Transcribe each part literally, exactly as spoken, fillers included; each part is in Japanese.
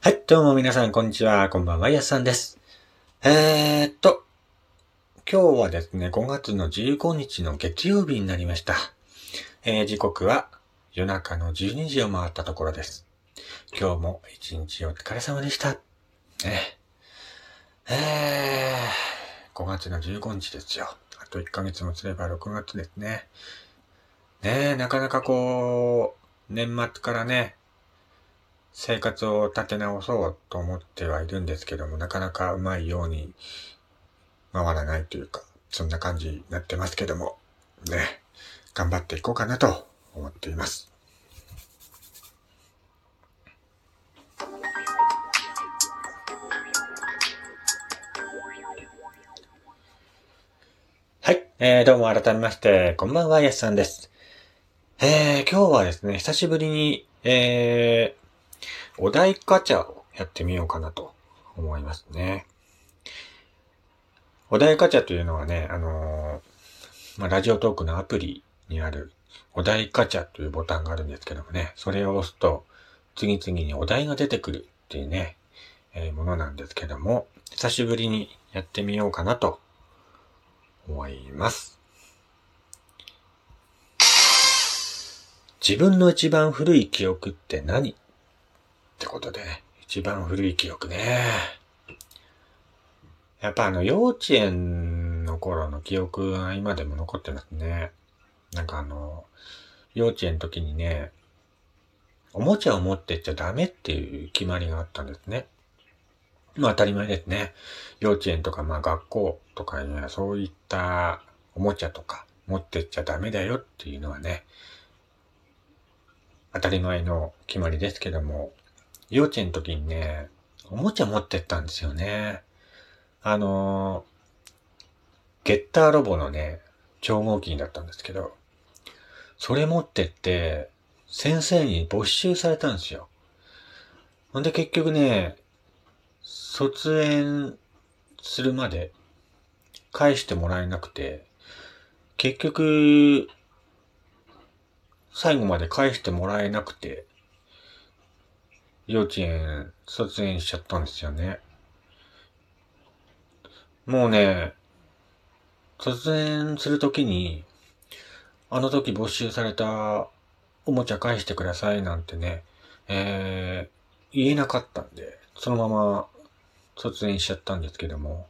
はい、どうも皆さん、こんにちは。こんばんは、やすさんです。えーっと、今日はですね、ごがつのじゅうごにちの月曜日になりました。えー、時刻は夜中のじゅうにじを回ったところです。今日も一日お疲れ様でした。ね、えー、ごがつのじゅうごにちですよ。あといっかげつもすればろくがつですね。ねえ、なかなかこう、年末からね、生活を立て直そうと思ってはいるんですけども、なかなかうまいように回らないというか、そんな感じになってますけども、ね、頑張っていこうかなと思っています。はい、えー、どうも改めまして、こんばんは、やすさんです。えー、今日はですね、久しぶりに、えー、お題ガチャをやってみようかなと思いますね。お題ガチャというのはね、あのー、まあ、ラジオトークのアプリにあるお題ガチャというボタンがあるんですけどもね、それを押すと次々にお題が出てくるっていうね、えー、ものなんですけども、久しぶりにやってみようかなと思います。自分の一番古い記憶って何？ってことで、一番古い記憶ね。やっぱあの幼稚園の頃の記憶が今でも残ってますね。なんかあの、幼稚園の時にね、おもちゃを持ってっちゃダメっていう決まりがあったんですね。まあ当たり前ですね。幼稚園とかまあ学校とかにはそういったおもちゃとか持ってっちゃダメだよっていうのはね、当たり前の決まりですけども、幼稚園の時にね、おもちゃ持ってったんですよね。あの、ゲッターロボのね、超合金だったんですけど、それ持ってって先生に没収されたんですよ。ほんで結局ね、卒園するまで返してもらえなくて、結局、最後まで返してもらえなくて、幼稚園卒園しちゃったんですよね。もうね、卒園するときに、あの時没収されたおもちゃ返してくださいなんてね、えー、言えなかったんで、そのまま卒園しちゃったんですけども、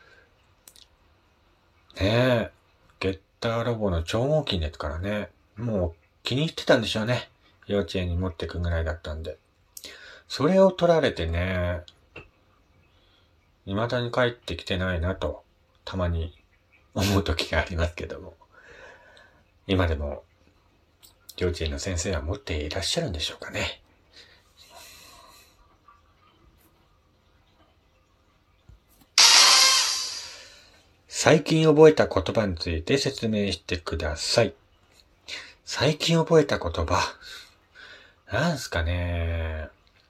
ねえ、ゲッターロボの超合金ですからね、もう気に入ってたんでしょうね。幼稚園に持ってくぐらいだったんで。それを取られてね、未だに帰ってきてないなと、たまに思う時がありますけども。今でも、幼稚園の先生は持っていらっしゃるんでしょうかね。最近覚えた言葉について説明してください。最近覚えた言葉。なんすかね。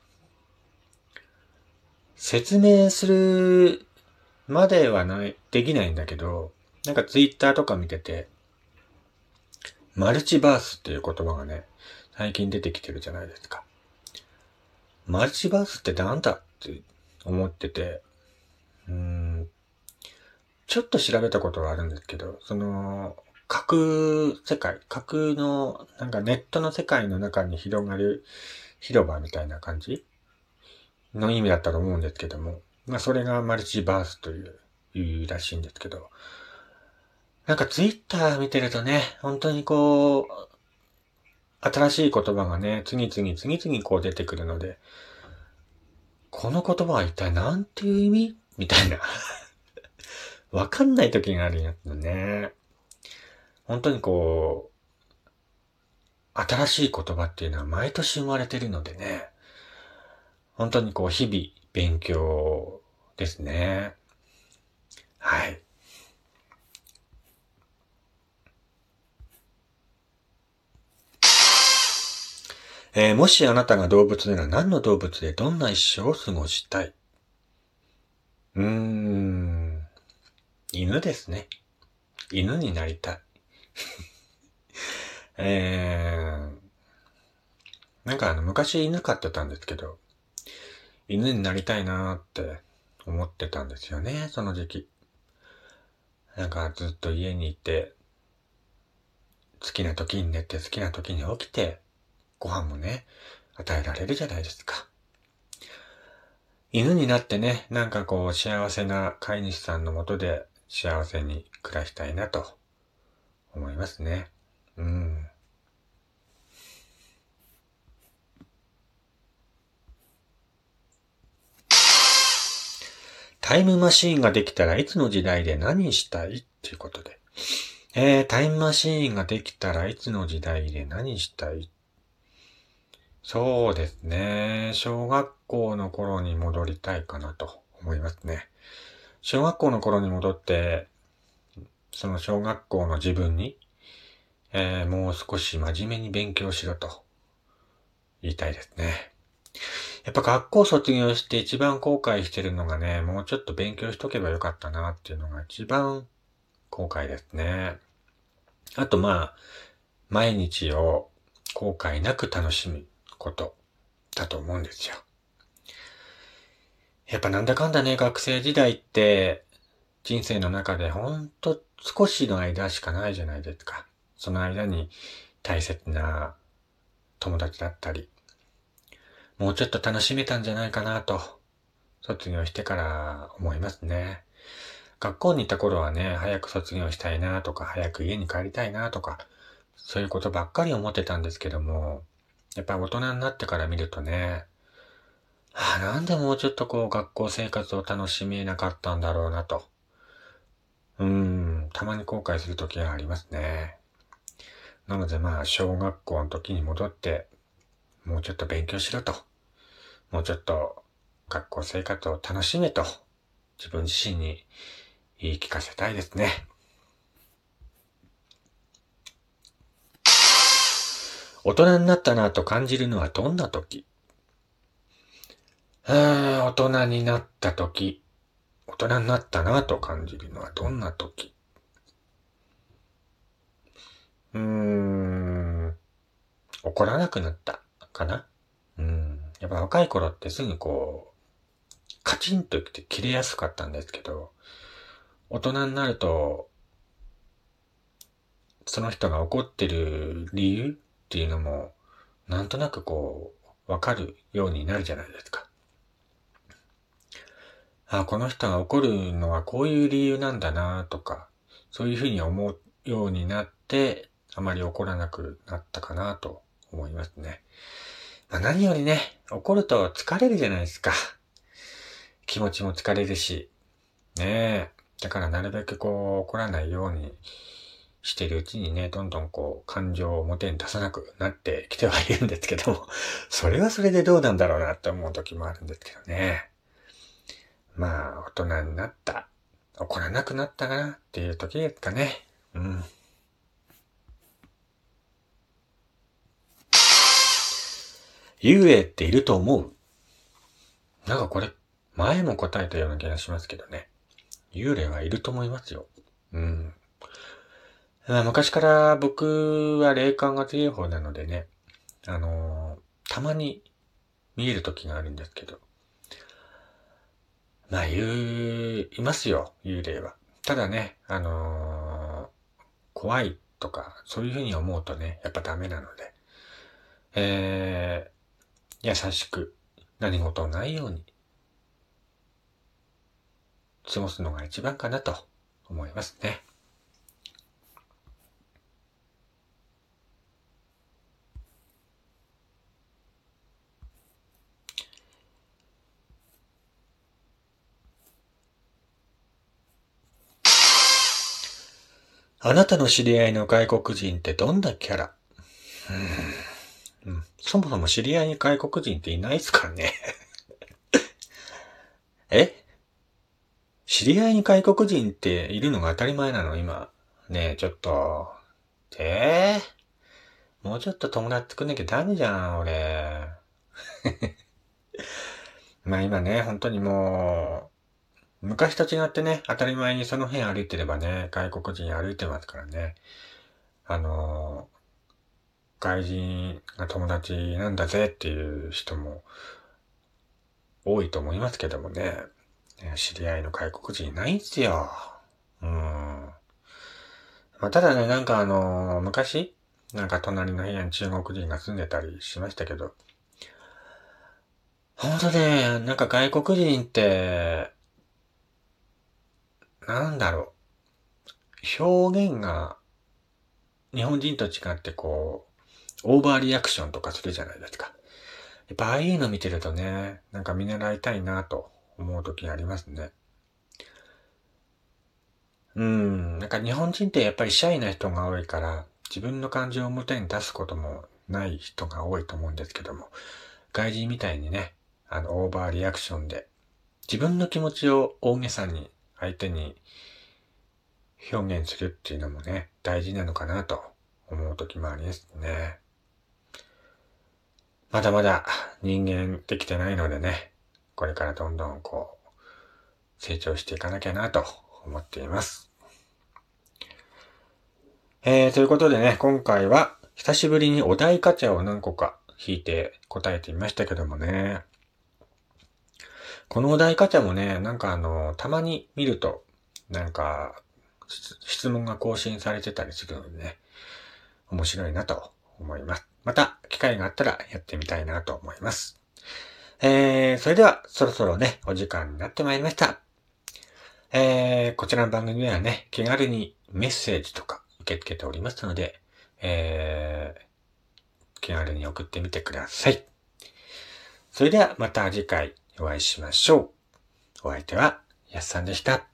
説明するまではない、できないんだけど、なんかツイッターとか見てて、マルチバースっていう言葉がね、最近出てきてるじゃないですか。マルチバースってなんだって思ってて、うーん、ちょっと調べたことがあるんですけど、その、架空世界、架空の、なんかネットの世界の中に広がる広場みたいな感じの意味だったと思うんですけども、まあそれがマルチバースという、いうらしいんですけど、なんかツイッター見てるとね、本当にこう、新しい言葉がね、次々次々こう出てくるので、この言葉は一体なんていう意味みたいな。わかんない時があるんやつね。本当にこう、新しい言葉っていうのは毎年生まれてるのでね。本当にこう、日々勉強ですね。はい。えー、もしあなたが動物なら何の動物でどんな一生を過ごしたい？うーん、犬ですね。犬になりたい。えー、なんかあの、昔犬飼ってたんですけど、 犬になりたいなーって思ってたんですよね、その時期。なんかずっと家にいて、好きな時に寝て好きな時に起きて、ご飯もね、与えられるじゃないですか。犬になってね、なんかこう幸せな飼い主さんのもとで幸せに暮らしたいなと思いますね。うん。タイムマシーンができたらいつの時代で何したいっていうことで。えー、タイムマシーンができたらいつの時代で何したい？そうですね。小学校の頃に戻りたいかなと思いますね。小学校の頃に戻って、その小学校の自分に、えー、もう少し真面目に勉強しろと言いたいですね。やっぱ学校卒業して一番後悔してるのがね、もうちょっと勉強しとけばよかったなっていうのが一番後悔ですね。あとまあ、毎日を後悔なく楽しむことだと思うんですよ。やっぱなんだかんだね、学生時代って人生の中でほんと少しの間しかないじゃないですか。その間に大切な友達だったり、もうちょっと楽しめたんじゃないかなと、卒業してから思いますね。学校にいた頃はね、早く卒業したいなとか、早く家に帰りたいなとか、そういうことばっかり思ってたんですけども、やっぱ大人になってから見るとね、ああ、なんでもうちょっとこう学校生活を楽しめなかったんだろうなと。うーん、たまに後悔する時がありますね。なのでまあ、小学校の時に戻って、もうちょっと勉強しろと。もうちょっと学校生活を楽しめと。自分自身に言い聞かせたいですね。大人になったなと感じるのはどんな時？うーん、大人になった時。大人になったなと感じるのはどんな時？うーん、怒らなくなったかな。うん。やっぱ若い頃ってすぐこう、カチンときて切れやすかったんですけど、大人になると、その人が怒ってる理由っていうのも、なんとなくこう、わかるようになるじゃないですか。あ、この人が怒るのはこういう理由なんだなとか、そういうふうに思うようになって、あまり怒らなくなったかなと思いますね。まあ、何よりね、怒ると疲れるじゃないですか。気持ちも疲れるし。ねえ。だからなるべくこう怒らないようにしてるうちにね、どんどんこう感情を表に出さなくなってきてはいるんですけども、それはそれでどうなんだろうなって思う時もあるんですけどね。まあ、大人になった。怒らなくなったなっていう時ですかね。うん。幽霊っていると思う？なんかこれ、前も答えたような気がしますけどね。幽霊はいると思いますよ。うん。まあ昔から僕は霊感が強い方なのでね、あのーたまに見える時があるんですけど、まあ言う、いますよ、幽霊は。ただね、あのー怖いとか、そういうふうに思うとね、やっぱダメなので、えー、優しく、何事ないように過ごすのが一番かなと思いますね。あなたの知り合いの外国人ってどんなキャラ？うーん、うん、そもそも知り合いに外国人っていないですからね。え知り合いに外国人っているのが当たり前なの今。ねえ、ちょっと。ええー、もうちょっと友達作んなきゃダメじゃん、俺。まあ今ね、本当にもう、昔と違ってね、当たり前にその辺歩いてればね、外国人歩いてますからね。あの、外人が友達なんだぜっていう人も多いと思いますけどもね。知り合いの外国人いないんすよ。うん。まあ、ただね、なんかあのー、昔、なんか隣の部屋に中国人が住んでたりしましたけど、ほんとね、なんか外国人って、なんだろう。表現が日本人と違ってこう、オーバーリアクションとかするじゃないですか。やっぱああいうの見てるとね、なんか見習いたいなと思う時ありますね。うん、なんか日本人ってやっぱりシャイな人が多いから、自分の感情を表に出すこともない人が多いと思うんですけども、外人みたいにね、あの、オーバーリアクションで、自分の気持ちを大げさに相手に表現するっていうのもね、大事なのかなと思う時もありますね。まだまだ人間できてないのでね、これからどんどんこう、成長していかなきゃなと思っています。えー、ということでね、今回は久しぶりにお題ガチャを何個か引いて答えてみましたけどもね。このお題ガチャもね、なんかあの、たまに見ると、なんか、質問が更新されてたりするのでね、面白いなと思います。また、機会があったらやってみたいなと思います。えー、それでは、そろそろね、お時間になってまいりました。えー、こちらの番組ではね、気軽にメッセージとか受け付けておりますので、えー、気軽に送ってみてください。それではまた次回お会いしましょう。お相手はやすさんでした。